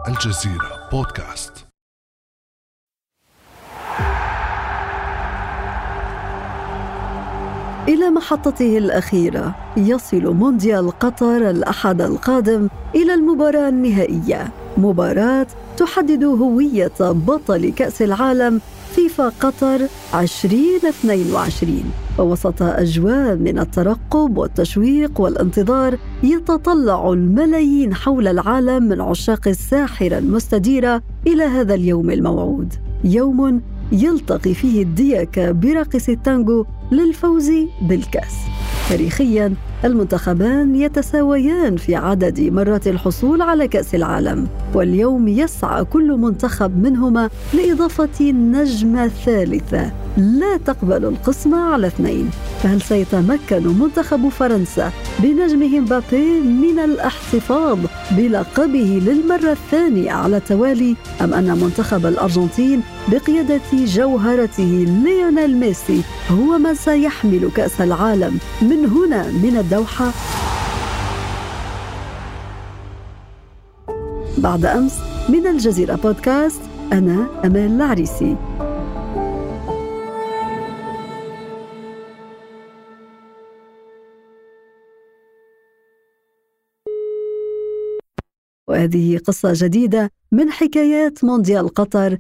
الجزيرة بودكاست. إلى محطته الأخيرة يصل مونديال قطر الأحد القادم إلى المباراة النهائية، مباراة تحدد هوية بطل كأس العالم فيفا قطر 2022. ووسط أجواء من الترقب والتشويق والانتظار، يتطلع الملايين حول العالم من عشاق الساحرة المستديرة إلى هذا اليوم الموعود، يوم يلتقي فيه الديك براقص التانجو للفوز بالكأس. تاريخياً المنتخبان يتساويان في عدد مرات الحصول على كأس العالم، واليوم يسعى كل منتخب منهما لإضافة نجمة ثالثة لا تقبل القسمة على اثنين. فهل سيتمكن منتخب فرنسا بنجمه مبابي من الاحتفاظ بلقبه للمرة الثانية على التوالي، أم أن منتخب الأرجنتين بقيادة جوهرته ليونيل ميسي هو من سيحمل كأس العالم من هنا من الدوحة؟ بعد أمس من الجزيرة بودكاست، أنا أمال العريسي. وهذه قصة جديدة من حكايات مونديال قطر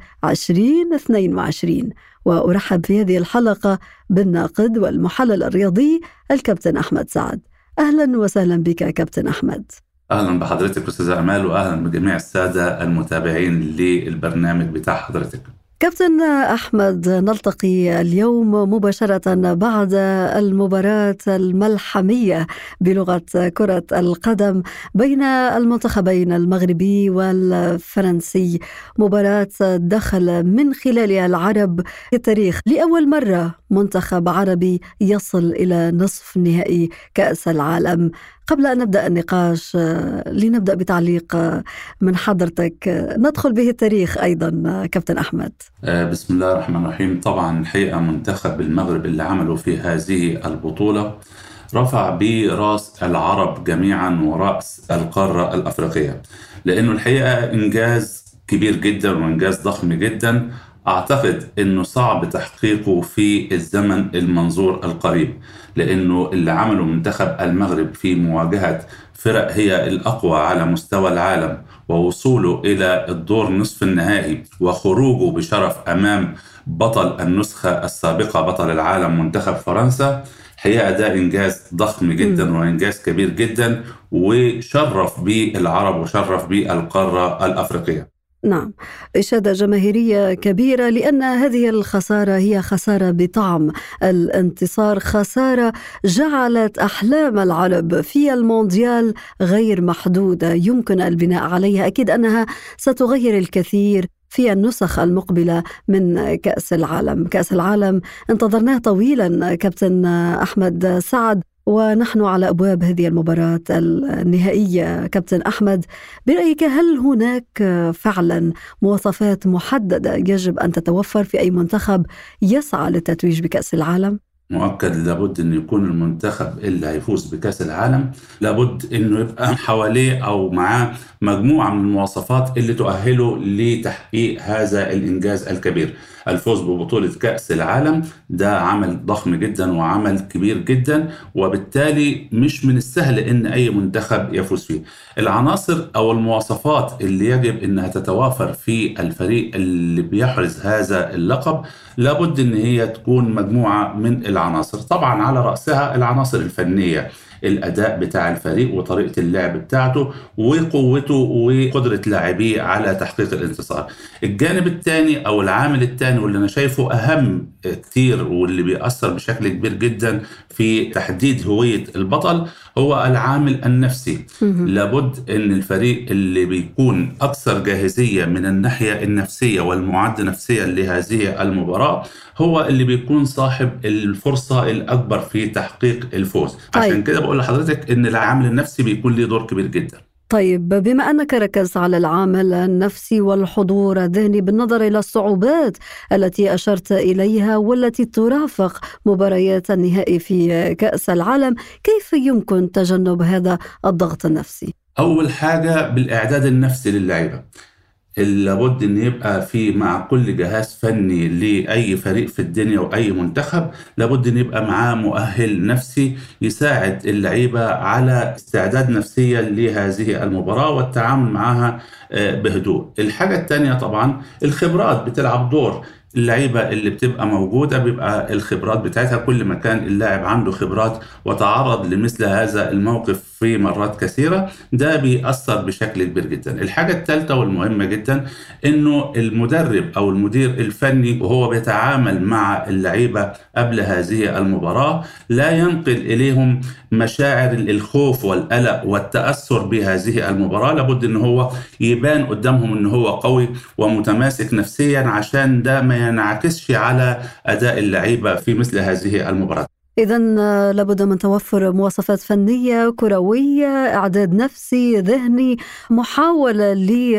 2022، وأرحب في هذه الحلقة بالناقد والمحلل الرياضي الكابتن أحمد سعد. أهلا وسهلا بك كابتن أحمد. أهلا بحضرتك أستاذة أمال، وأهلا بجميع السادة المتابعين للبرنامج بتاع حضرتك. كابتن أحمد، نلتقي اليوم مباشرة بعد المباراة الملحمية بلغة كرة القدم بين المنتخبين المغربي والفرنسي، مباراة دخل من خلالها العرب في التاريخ لأول مرة منتخب عربي يصل إلى نصف نهائي كأس العالم. قبل أن نبدأ النقاش لنبدأ بتعليق من حضرتك ندخل به التاريخ أيضا كابتن أحمد. بسم الله الرحمن الرحيم. طبعا الحقيقة منتخب المغرب اللي عملوا في هذه البطولة رفع برأس العرب جميعا ورأس القارة الأفريقية، لأنه الحقيقة إنجاز كبير جدا وإنجاز ضخم جدا، أعتقد أنه صعب تحقيقه في الزمن المنظور القريب، لأنه اللي عمله منتخب المغرب في مواجهة فرق هي الأقوى على مستوى العالم ووصوله إلى الدور نصف النهائي وخروجه بشرف أمام بطل النسخة السابقة بطل العالم منتخب فرنسا، حقيقة ده إنجاز ضخم جدا وإنجاز كبير جدا، وشرف بالعرب وشرف بالقارة الأفريقية. نعم، إشادة جماهيرية كبيرة، لأن هذه الخسارة هي خسارة بطعم الانتصار، خسارة جعلت أحلام العرب في المونديال غير محدودة يمكن البناء عليها. أكيد أنها ستغير الكثير في النسخ المقبلة من كأس العالم. كأس العالم انتظرناه طويلا كابتن أحمد سعد، ونحن على أبواب هذه المباراة النهائية. كابتن أحمد، برأيك هل هناك فعلا مواصفات محددة يجب أن تتوفر في أي منتخب يسعى للتتويج بكأس العالم؟ مؤكد لابد أن يكون المنتخب اللي هيفوز بكأس العالم لابد أنه يبقى حواليه أو معاه مجموعة من المواصفات اللي تؤهله لتحقيق هذا الإنجاز الكبير. الفوز ببطولة كأس العالم ده عمل ضخم جدا وعمل كبير جدا، وبالتالي مش من السهل أن أي منتخب يفوز فيه. العناصر أو المواصفات اللي يجب أنها تتوافر في الفريق اللي بيحرز هذا اللقب لابد أن هي تكون مجموعة من العناصر، طبعا على رأسها العناصر الفنية، الأداء بتاع الفريق وطريقة اللعب بتاعته وقوته وقدرة لاعبيه على تحقيق الانتصار. الجانب الثاني أو العامل الثاني واللي أنا شايفه أهم كتير واللي بيأثر بشكل كبير جدا في تحديد هوية البطل هو العامل النفسي. لابد أن الفريق اللي بيكون أكثر جاهزية من الناحية النفسية والمعدة نفسيا لهذه المباراة هو اللي بيكون صاحب الفرصة الأكبر في تحقيق الفوز. عشان كده بقول لحضرتك أن العامل النفسي بيكون له دور كبير جدا. طيب، بما أنك ركزت على العامل النفسي والحضور الذهني بالنظر إلى الصعوبات التي أشرت إليها والتي ترافق مباريات النهائي في كأس العالم، كيف يمكن تجنب هذا الضغط النفسي؟ أول حاجة بالإعداد النفسي للاعيبة. لابد ان يبقى في مع كل جهاز فني لاي فريق في الدنيا واي منتخب لابد ان يبقى معاه مؤهل نفسي يساعد اللعيبه على استعداد نفسيا لهذه المباراه والتعامل معها بهدوء. الحاجه الثانيه طبعا الخبرات بتلعب دور. اللعيبه اللي بتبقى موجوده بيبقى الخبرات بتاعتها، كل ما كان اللاعب عنده خبرات وتعرض لمثل هذا الموقف في مرات كثيره ده بيأثر بشكل كبير جدا. الحاجه الثالثه والمهمه جدا انه المدرب او المدير الفني وهو بيتعامل مع اللعيبه قبل هذه المباراه لا ينقل اليهم مشاعر الخوف والقلق والتأثر بهذه المباراه. لابد ان هو يبان قدامهم ان هو قوي ومتماسك نفسيا عشان ده ما ينعكسش على أداء اللعيبة في مثل هذه المباراة. إذن لابد من توفر مواصفات فنية كروية، إعداد نفسي ذهني، محاولة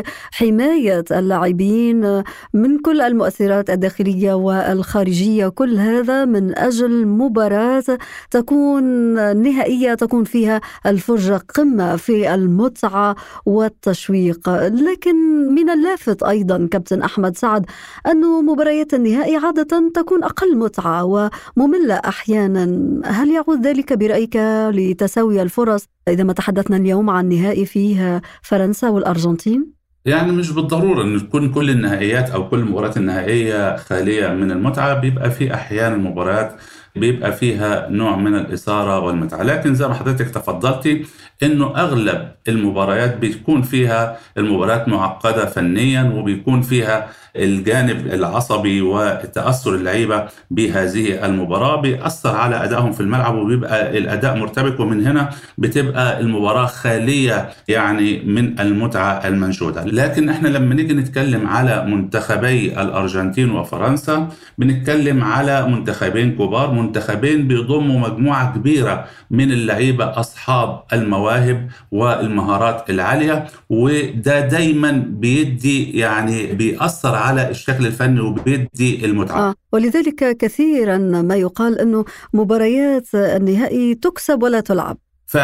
لحماية اللاعبين من كل المؤثرات الداخلية والخارجية، كل هذا من أجل مباراة تكون نهائية تكون فيها الفرجة قمة في المتعة والتشويق. لكن من اللافت أيضا كابتن أحمد سعد أن مباريات النهائي عادة تكون أقل متعة ومملة أحيانا. هل يعود ذلك برأيك لتساوي الفرص إذا ما تحدثنا اليوم عن نهائي فيه فرنسا والأرجنتين؟ يعني مش بالضرورة أن تكون كل النهائيات أو كل المباريات النهائية خالية من المتعة، بيبقى في أحيانا مباريات بيبقى فيها نوع من الإثارة والمتعة، لكن زي ما حضرتك تفضلتي إنه أغلب المباريات بيكون فيها المباريات معقدة فنيا وبيكون فيها الجانب العصبي وتأثر اللعيبة بهذه المباراة بيأثر على أدائهم في الملعب وبيبقى الأداء مرتبك، ومن هنا بتبقى المباراة خالية يعني من المتعة المنشودة. لكن احنا لما نيجي نتكلم على منتخبي الأرجنتين وفرنسا بنتكلم على منتخبين كبار، منتخبين بيضموا مجموعة كبيرة من اللعيبة أصحاب المواهب والمهارات العالية، وده دايما بيدي يعني بيأثر على الشكل الفني وبيدي المتعة. ولذلك كثيرا ما يقال أنه مباريات النهائي تكسب ولا تلعب.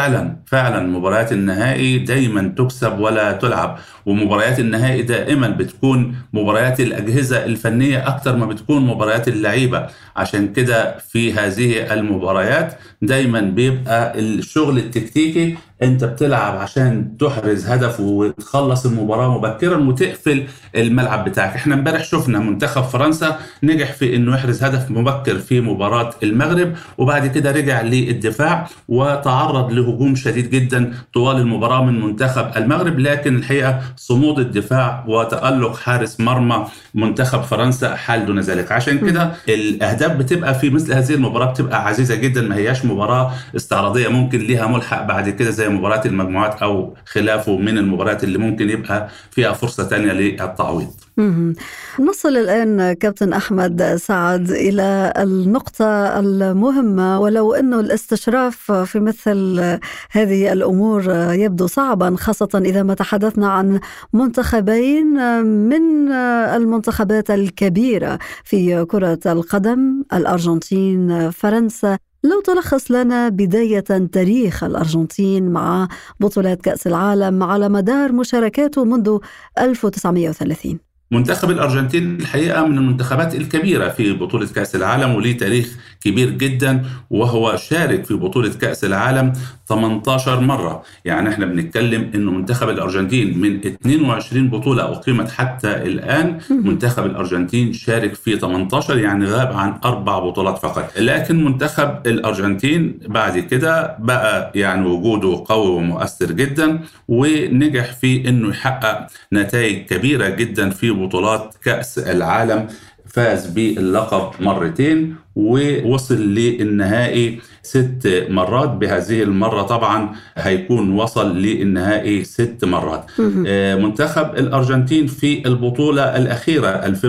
فعلا مباريات النهائي دايما تكسب ولا تلعب، ومباريات النهائي دائما بتكون مباريات الأجهزة الفنية أكتر ما بتكون مباريات اللعيبة. عشان كده في هذه المباريات دايما بيبقى الشغل التكتيكي، انت بتلعب عشان تحرز هدف وتخلص المباراة مبكرا وتقفل الملعب بتاعك. احنا امبارح شفنا منتخب فرنسا نجح في انه يحرز هدف مبكر في مباراة المغرب، وبعد كده رجع للدفاع وتعرض لهجوم شديد جدا طوال المباراة من منتخب المغرب، لكن الحقيقة صمود الدفاع وتألق حارس مرمى منتخب فرنسا حال دون ذلك. عشان كده الأهداف بتبقى في مثل هذه المباراة بتبقى عزيزة جدا، ما هياش مباراة استعراضية ممكن ليها ملحق بعد كده زي مباراة المجموعات أو خلافه من المباريات اللي ممكن يبقى فيها فرصة تانية للتعويض. نصل الآن كابتن أحمد سعد إلى النقطة المهمة، ولو أنه الاستشراف في مثل هذه الأمور يبدو صعبا، خاصة إذا ما تحدثنا عن منتخبين من المنتخبات الكبيرة في كرة القدم، الأرجنتين فرنسا. لو تلخص لنا بداية تاريخ الأرجنتين مع بطولات كأس العالم على مدار مشاركاته منذ 1930. منتخب الأرجنتين الحقيقة من المنتخبات الكبيرة في بطولة كأس العالم وليه تاريخ كبير جدا، وهو شارك في بطولة كأس العالم 18 مرة. يعني احنا بنتكلم انه منتخب الأرجنتين من 22 بطولة أقيمت حتى الآن منتخب الأرجنتين شارك في 18، يعني غاب عن 4 بطولات فقط. لكن منتخب الأرجنتين بعد كده بقى يعني وجوده قوي ومؤثر جدا، ونجح في انه يحقق نتائج كبيرة جدا في بطولات كأس العالم. فاز باللقب مرتين ووصل للنهائي 6 مرات. بهذه المرة طبعا هيكون وصل للنهائي 6 مرات. منتخب الأرجنتين في البطولة الأخيرة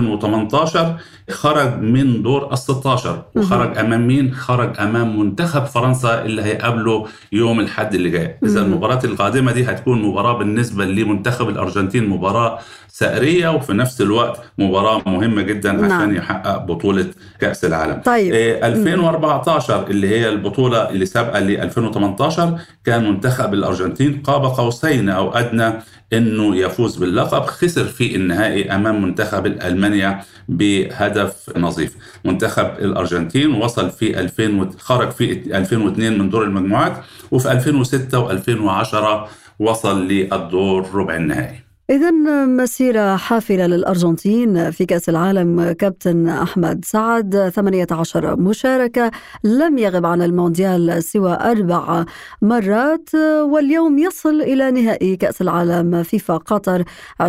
2018 خرج من دور ال16، وخرج أمام مين؟ خرج أمام منتخب فرنسا اللي هيقابله يوم الأحد اللي جاي. إذا المباراة القادمة دي هتكون مباراة بالنسبة لمنتخب الأرجنتين مباراة سائرية، وفي نفس الوقت مباراة مهمة جدا عشان يحقق بطولة كأس العالم. طيب. 2014 اللي هي البطولة اللي سابقة ل 2018 كان منتخب الأرجنتين قاب قوسين أو أدنى إنه يفوز باللقب، خسر في النهائي أمام منتخب ألمانيا بهدف نظيف. منتخب الأرجنتين وصل في خرج في 2002 من دور المجموعات، وفي 2006 و2010 وصل للدور ربع النهائي. إذن مسيرة حافلة للأرجنتين في كأس العالم. كابتن أحمد سعد 18 مشاركة، لم يغب عن المونديال سوى 4 مرات، واليوم يصل إلى نهائي كأس العالم فيفا قطر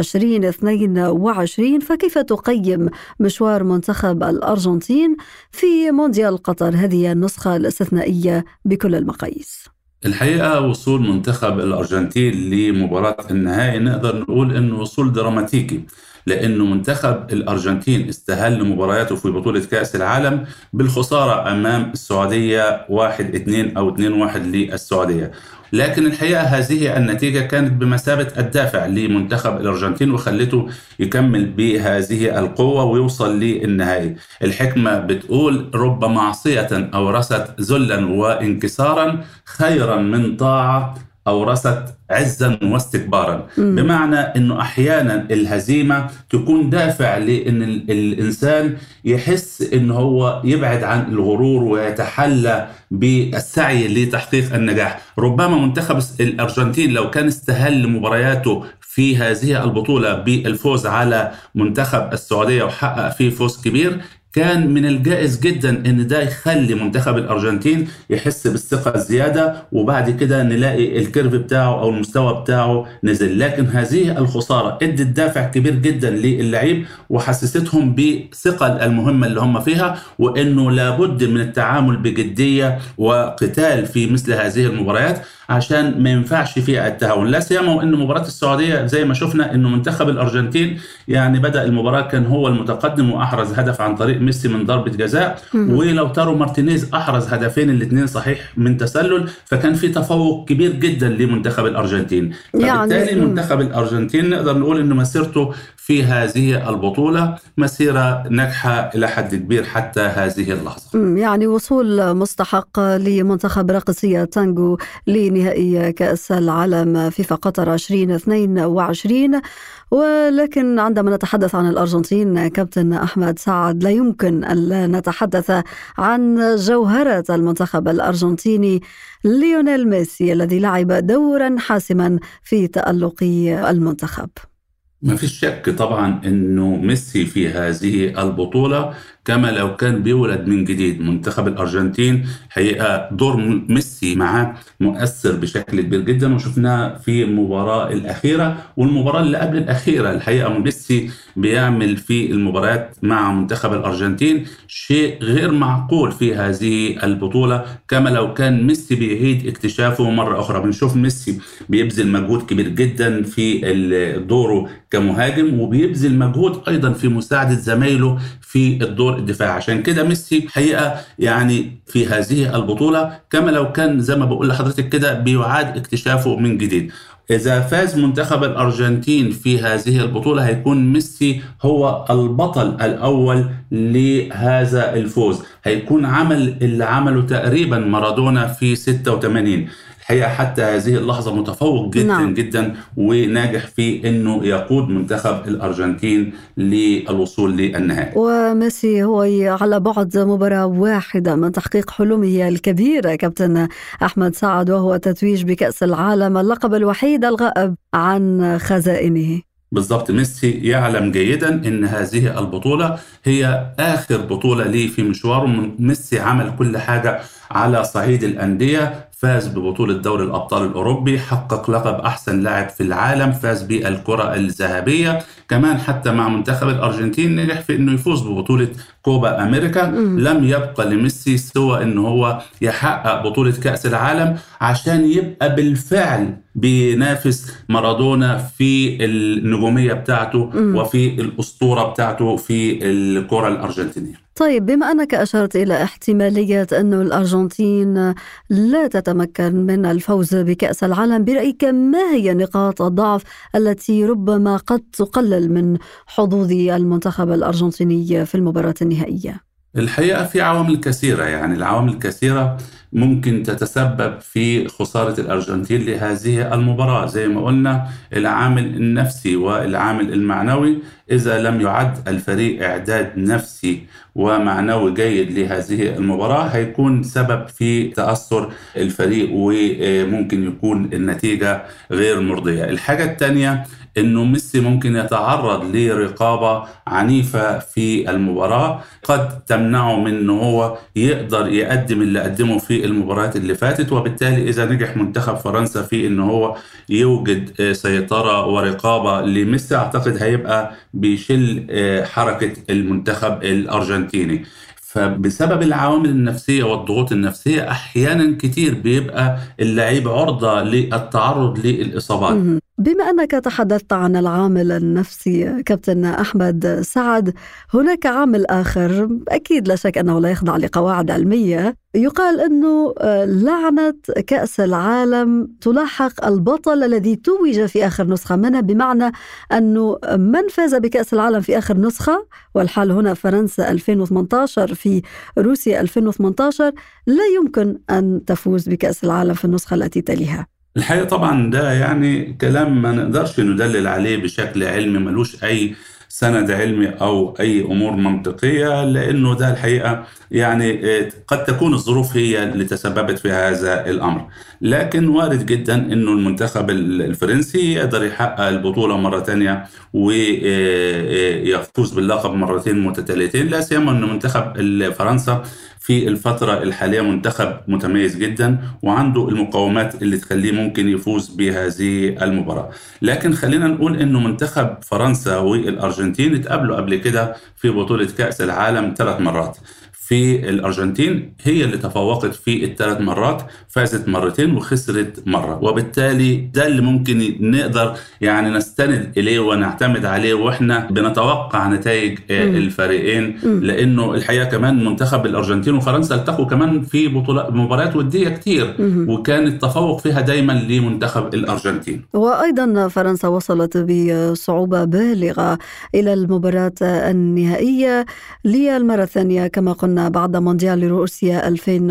2022. فكيف تقيم مشوار منتخب الأرجنتين في مونديال قطر، هذه النسخة الاستثنائية بكل المقاييس؟ الحقيقة وصول منتخب الأرجنتين لمباراة النهائي نقدر نقول أنه وصول دراماتيكي، لأنه منتخب الأرجنتين استهل مبارياته في بطولة كأس العالم بالخسارة أمام السعودية 1-2 أو 2-1 للسعودية. لكن الحقيقة هذه النتيجة كانت بمثابة الدافع لمنتخب الأرجنتين وخلته يكمل بهذه القوة ويوصل للنهائي. الحكمة بتقول رب معصية أورثت ذلا وانكسارا خيرا من طاعة أورثت عزا واستكبارا. بمعنى أنه أحيانا الهزيمة تكون دافع لأن الإنسان يحس أنه هو يبعد عن الغرور ويتحلى بالسعي لتحقيق النجاح. ربما منتخب الأرجنتين لو كان استهل مبارياته في هذه البطولة بالفوز على منتخب السعودية وحقق فيه فوز كبير، كان من الجائز جدا ان ده يخلي منتخب الارجنتين يحس بالثقة الزيادة، وبعد كده نلاقي الكيرف بتاعه او المستوى بتاعه نزل. لكن هذه الخسارة ادت دافع كبير جدا للعيب وحسستهم بثقل المهمة اللي هم فيها، وانه لابد من التعامل بجدية وقتال في مثل هذه المباريات عشان ما ينفعش فيها التهاون. لا سيما وان مباراة السعودية زي ما شفنا انه منتخب الارجنتين يعني بدأ المباراة كان هو المتقدم واحرز هدف عن طريق ميسي من ضربة جزاء، ولوتارو مارتينيز احرز هدفين الاثنين صحيح من تسلل، فكان في تفوق كبير جدا لمنتخب الارجنتين. فبالتالي منتخب الارجنتين نقدر نقول انه مسيرته في هذه البطولة مسيرة ناجحة إلى حد كبير حتى هذه اللحظة. يعني وصول مستحق لمنتخب راقصية تانجو لنهائي كأس العالم فيفا قطر 2022. ولكن عندما نتحدث عن الأرجنتين كابتن أحمد سعد لا يمكن أن نتحدث عن جوهرة المنتخب الأرجنتيني ليونيل ميسي الذي لعب دورا حاسما في تألق المنتخب. ما فيش شك طبعا انه ميسي في هذه البطولة كما لو كان بيولد من جديد. منتخب الأرجنتين حقيقة دور ميسي معاه مؤثر بشكل كبير جدا، وشفناه في المباراة الأخيرة والمباراة اللي قبل الأخيرة. الحقيقة ميسي بيعمل في المباريات مع منتخب الأرجنتين شيء غير معقول في هذه البطولة، كما لو كان ميسي بيعيد اكتشافه مرة أخرى. بنشوف ميسي بيبذل مجهود كبير جدا في دوره كمهاجم، وبيبذل مجهود أيضا في مساعدة زمايله في الدور الدفاع. عشان كده ميسي حقيقة يعني في هذه البطولة كما لو كان زي ما بقول لحضرتك كده بيعاد اكتشافه من جديد. إذا فاز منتخب الأرجنتين في هذه البطولة هيكون ميسي هو البطل الأول لهذا الفوز، هيكون عمل اللي عمله تقريبا مارادونا في 86. الحقيقة حتى هذه اللحظة متفوق جدا جدا وناجح في أنه يقود منتخب الأرجنتين للوصول للنهائي. وميسي هو على بعد مباراة واحدة من تحقيق حلمه الكبيرة كابتن أحمد سعد، وهو تتويج بكأس العالم، اللقب الوحيد الغائب عن خزائنه. بالضبط، ميسي يعلم جيدا ان هذه البطولة هي آخر بطولة ليه في مشواره. ميسي عمل كل حاجة على صعيد الأندية، فاز ببطولة دوري الأبطال الأوروبي، حقق لقب أحسن لاعب في العالم، فاز بالكرة الذهبية، كمان حتى مع منتخب الأرجنتين نجح في أنه يفوز ببطولة كوبا أمريكا. لم يبقى لميسي سوى أنه هو يحقق بطولة كأس العالم عشان يبقى بالفعل بينافس مارادونا في النجومية بتاعته وفي الأسطورة بتاعته في الكرة الأرجنتينية. طيب، بما أنك أشرت إلى احتمالية أن الأرجنتين لا تتمكن من الفوز بكأس العالم، برأيك ما هي نقاط الضعف التي ربما قد تقلل من حظوظ المنتخب الأرجنتيني في المباراة النهائية؟ الحقيقة في عوامل كثيرة، يعني العوامل الكثيرة ممكن تتسبب في خسارة الأرجنتين لهذه المباراة. زي ما قلنا، العامل النفسي والعامل المعنوي، إذا لم يعد الفريق إعداد نفسي ومعنوي جيد لهذه المباراة هيكون سبب في تأثر الفريق وممكن يكون النتيجة غير مرضية. الحاجة الثانية إنه ميسي ممكن يتعرض لرقابة عنيفة في المباراة قد تمنعه من إنه هو يقدر يقدم اللي قدمه في المباريات اللي فاتت، وبالتالي إذا نجح منتخب فرنسا في إنه هو يوجد سيطرة ورقابة لميسي، أعتقد هيبقى بيشل حركة المنتخب الأرجنتيني. فبسبب العوامل النفسية والضغوط النفسية أحيانا كتير بيبقى اللاعب عرضة للتعرض للإصابات. بما أنك تحدثت عن العامل النفسي كابتن أحمد سعد، هناك عامل آخر أكيد لا شك أنه لا يخضع لقواعد علمية، يقال أنه لعنة كأس العالم تلاحق البطل الذي توج في آخر نسخة منها، بمعنى أنه من فاز بكأس العالم في آخر نسخة، والحال هنا فرنسا 2018 في روسيا 2018، لا يمكن أن تفوز بكأس العالم في النسخة التي تليها. الحقيقة طبعا ده يعني كلام ما نقدرش ندلل عليه بشكل علمي، ملوش أي سند علمي أو أي أمور منطقية، لأنه ده الحقيقة يعني قد تكون الظروف هي اللي تسببت في هذا الأمر. لكن وارد جدا أنه المنتخب الفرنسي يقدر يحقق البطولة مرة تانية ويفوز باللقب مرتين متتاليتين، لا سيما أن منتخب فرنسا في الفترة الحالية منتخب متميز جدا وعنده المقومات اللي تخليه ممكن يفوز بهذه المباراة. لكن خلينا نقول انه منتخب فرنسا والأرجنتين اتقابلوا قبل كده في بطولة كأس العالم 3 مرات. في الأرجنتين هي اللي تفوقت في ال3 مرات، فازت مرتين وخسرت مرة، وبالتالي ده اللي ممكن نقدر يعني نستند إليه ونعتمد عليه وإحنا بنتوقع نتائج الفريقين. لأنه الحقيقة كمان منتخب الأرجنتين وفرنسا التقوا كمان في مباريات ودية كتير وكان التفوق فيها دايما لمنتخب الأرجنتين. وأيضا فرنسا وصلت بصعوبة بالغة إلى المباراة النهائية للمرة الثانية كما قلنا بعد مونديال روسيا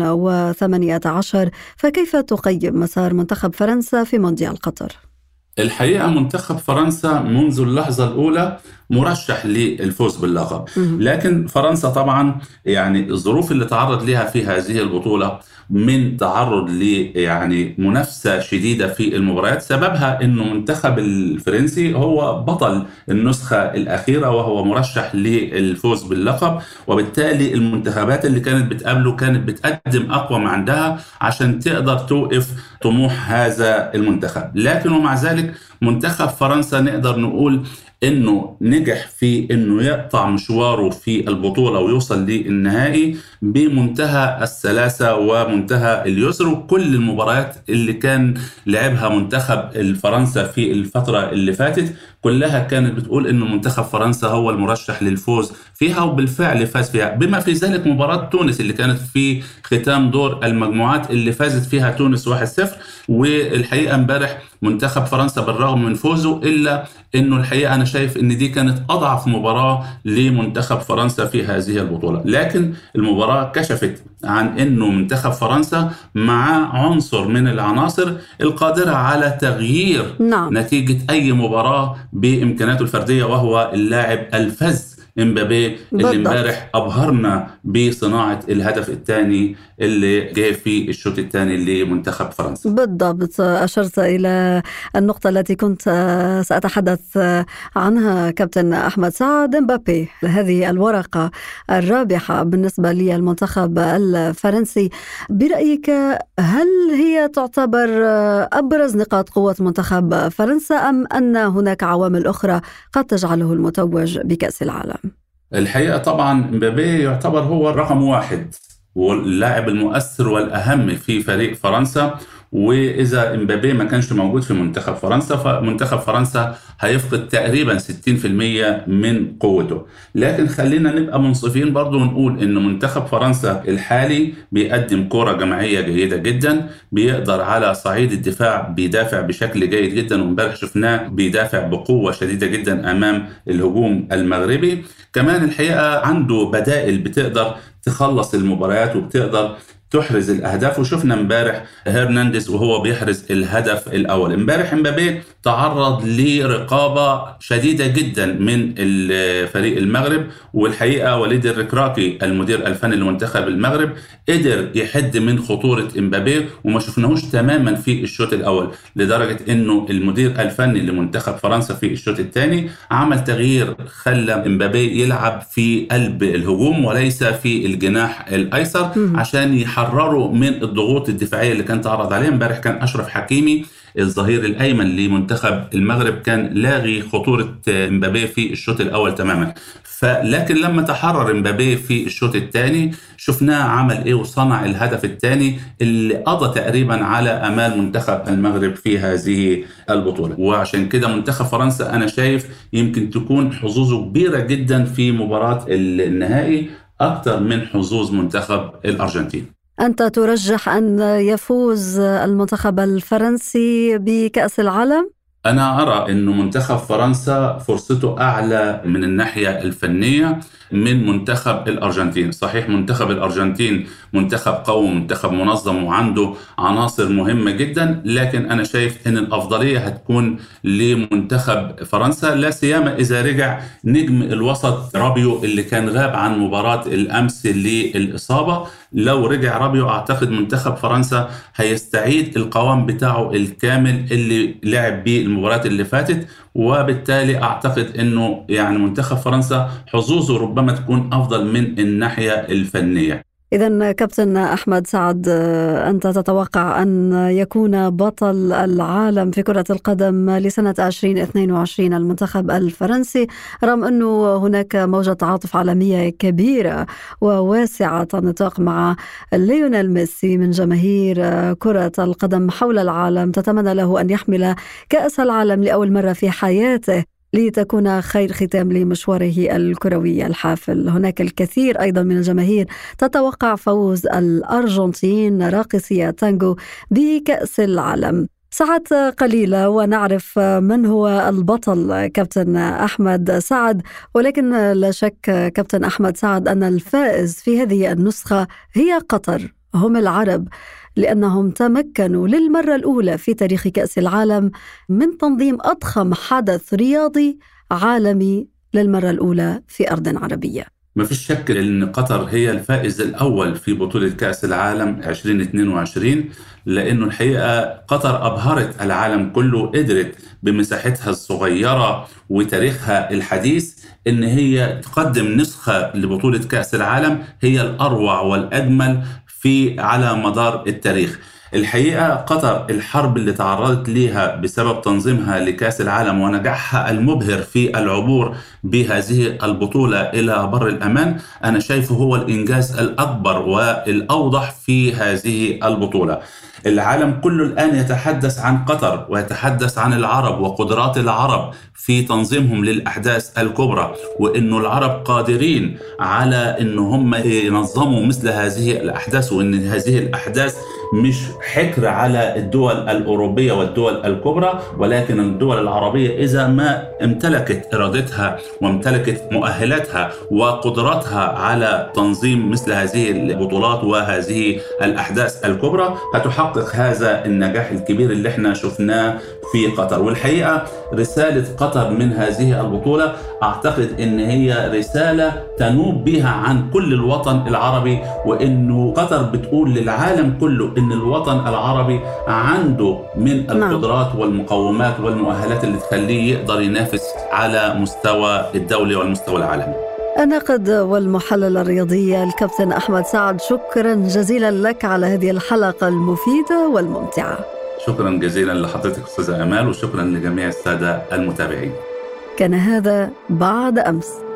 2018. فكيف تقيم مسار منتخب فرنسا في مونديال قطر؟ الحقيقة منتخب فرنسا منذ اللحظة الأولى مرشح للفوز باللقب، لكن فرنسا طبعا يعني الظروف اللي تعرض لها في هذه البطولة من تعرض يعني منافسة شديدة في المباريات سببها انه منتخب الفرنسي هو بطل النسخة الأخيرة وهو مرشح للفوز باللقب، وبالتالي المنتخبات اللي كانت بتقابله كانت بتقدم أقوى ما عندها عشان تقدر توقف طموح هذا المنتخب. لكن ومع ذلك منتخب فرنسا نقدر نقول انه نجح في انه يقطع مشواره في البطولة ويوصل للنهائي بمنتهى السلاسة ومنتهى اليسر. وكل المباريات اللي كان لعبها منتخب الفرنسا في الفترة اللي فاتت كلها كانت بتقول انه منتخب فرنسا هو المرشح للفوز فيها، وبالفعل فاز فيها، بما في ذلك مباراة تونس اللي كانت في ختام دور المجموعات اللي فازت فيها تونس 1-0. والحقيقة امبارح منتخب فرنسا بالرغم من فوزه إلا انه الحقيقة انا شايف ان دي كانت اضعف مباراة لمنتخب فرنسا في هذه البطولة، لكن المباراة كشفت عن انه منتخب فرنسا مع عنصر من العناصر القادرة على تغيير نتيجة اي مباراة بامكاناته الفردية، وهو اللاعب الفذ امبابي اللي امبارح ابهرنا بصناعه الهدف الثاني اللي جاء في الشوط الثاني لمنتخب فرنسا. بالضبط، اشرت الى النقطه التي كنت ساتحدث عنها كابتن احمد سعد. امبابي هذه الورقه الرابحه بالنسبه للمنتخب الفرنسي، برايك هل هي تعتبر ابرز نقاط قوه منتخب فرنسا ام ان هناك عوامل اخرى قد تجعله المتوج بكأس العالم؟ الحقيقة طبعا مبابي يعتبر هو الرقم 1 واللاعب المؤثر والأهم في فريق فرنسا، وإذا إمبابي ما كانش موجود في منتخب فرنسا فمنتخب فرنسا هيفقد تقريبا 60% من قوته. لكن خلينا نبقى منصفين برضو ونقول إن منتخب فرنسا الحالي بيقدم كرة جماعية جيدة جدا، بيقدر على صعيد الدفاع بيدافع بشكل جيد جدا، ومبارح شفناه بيدافع بقوة شديدة جدا أمام الهجوم المغربي. كمان الحقيقة عنده بدائل بتقدر تخلص المباريات وبتقدر تحرز الأهداف، وشفنا امبارح هرنانديز وهو بيحرز الهدف الأول. امبارح امبابي تعرض لرقابة شديدة جدا من فريق المغرب، والحقيقة وليد الركراكي المدير الفني لمنتخب المغرب قدر يحد من خطورة امبابي وما شفناهوش تماما في الشوط الأول، لدرجة انه المدير الفني لمنتخب فرنسا في الشوط الثاني عمل تغيير خلى امبابي يلعب في قلب الهجوم وليس في الجناح الأيسر عشان يحرروا من الضغوط الدفاعية اللي كانت تعرض عليها. امبارح كان أشرف حكيمي الظهير الأيمن لمنتخب المغرب كان لاغي خطورة امبابي في الشوط الأول تماما، لكن لما تحرر امبابي في الشوط الثاني شفناه عمل ايه وصنع الهدف الثاني اللي قضى تقريبا على امال منتخب المغرب في هذه البطولة. وعشان كده منتخب فرنسا انا شايف يمكن تكون حظوظه كبيرة جدا في مباراة النهائي اكثر من حظوظ منتخب الارجنتين. أنت ترجح أن يفوز المنتخب الفرنسي بكأس العالم؟ أنا أرى أن منتخب فرنسا فرصته أعلى من الناحية الفنية من منتخب الأرجنتين. صحيح منتخب الأرجنتين منتخب قوي، منتخب منظم وعنده عناصر مهمة جدا، لكن أنا شايف أن الأفضلية هتكون لمنتخب فرنسا، لا سيما إذا رجع نجم الوسط رابيو اللي كان غاب عن مباراة الأمس للإصابة. لو رجع رابيو أعتقد منتخب فرنسا هيستعيد القوام بتاعه الكامل اللي لعب بيه المباريات اللي فاتت، وبالتالي أعتقد أنه يعني منتخب فرنسا حظوظه ربما تكون أفضل من الناحية الفنية. إذن كابتن أحمد سعد، أنت تتوقع أن يكون بطل العالم في كرة القدم لسنة 2022 المنتخب الفرنسي، رغم أنه هناك موجة تعاطف عالمية كبيرة وواسعة النطاق مع ليونيل ميسي من جماهير كرة القدم حول العالم تتمنى له أن يحمل كأس العالم لأول مرة في حياته لتكون خير ختام لمشواره الكروي الحافل. هناك الكثير أيضا من الجماهير تتوقع فوز الأرجنتين راقصي تانجو بكأس العالم. ساعات قليلة ونعرف من هو البطل كابتن أحمد سعد، ولكن لا شك كابتن أحمد سعد أن الفائز في هذه النسخة هي قطر، هم العرب، لأنهم تمكنوا للمرة الأولى في تاريخ كأس العالم من تنظيم أضخم حدث رياضي عالمي للمرة الأولى في أرض عربية. ما فيش شك أن قطر هي الفائز الأول في بطولة كأس العالم 2022، لأنه الحقيقة قطر أبهرت العالم كله، قدرت بمساحتها الصغيرة وتاريخها الحديث أن هي تقدم نسخة لبطولة كأس العالم هي الأروع والأجمل على مدار التاريخ. الحقيقة قطر الحرب اللي تعرضت ليها بسبب تنظيمها لكأس العالم ونجاحها المبهر في العبور بهذه البطولة إلى بر الأمان، أنا شايفه هو الإنجاز الأكبر والأوضح في هذه البطولة. العالم كله الآن يتحدث عن قطر ويتحدث عن العرب وقدرات العرب في تنظيمهم للأحداث الكبرى، وإنه العرب قادرين على إن هم ينظموا مثل هذه الأحداث، وإن هذه الأحداث مش حكر على الدول الأوروبية والدول الكبرى، ولكن الدول العربية إذا ما امتلكت إرادتها وامتلكت مؤهلاتها وقدراتها على تنظيم مثل هذه البطولات وهذه الأحداث الكبرى هتحقق هذا النجاح الكبير اللي احنا شفناه في قطر. والحقيقة رسالة قطر من هذه البطولة أعتقد إن هي رسالة تنوب بها عن كل الوطن العربي، وإنه قطر بتقول للعالم كله إن الوطن العربي عنده من القدرات والمقومات والمؤهلات اللي تخليه يقدر ينافس على مستوى الدولي والمستوى العالمي. الناقد والمحلل الرياضي الكابتن أحمد سعد، شكرا جزيلا لك على هذه الحلقة المفيدة والممتعة. شكرا جزيلا لحضرتك أستاذة أمال، وشكرا لجميع السادة المتابعين. كان هذا بعد أمس.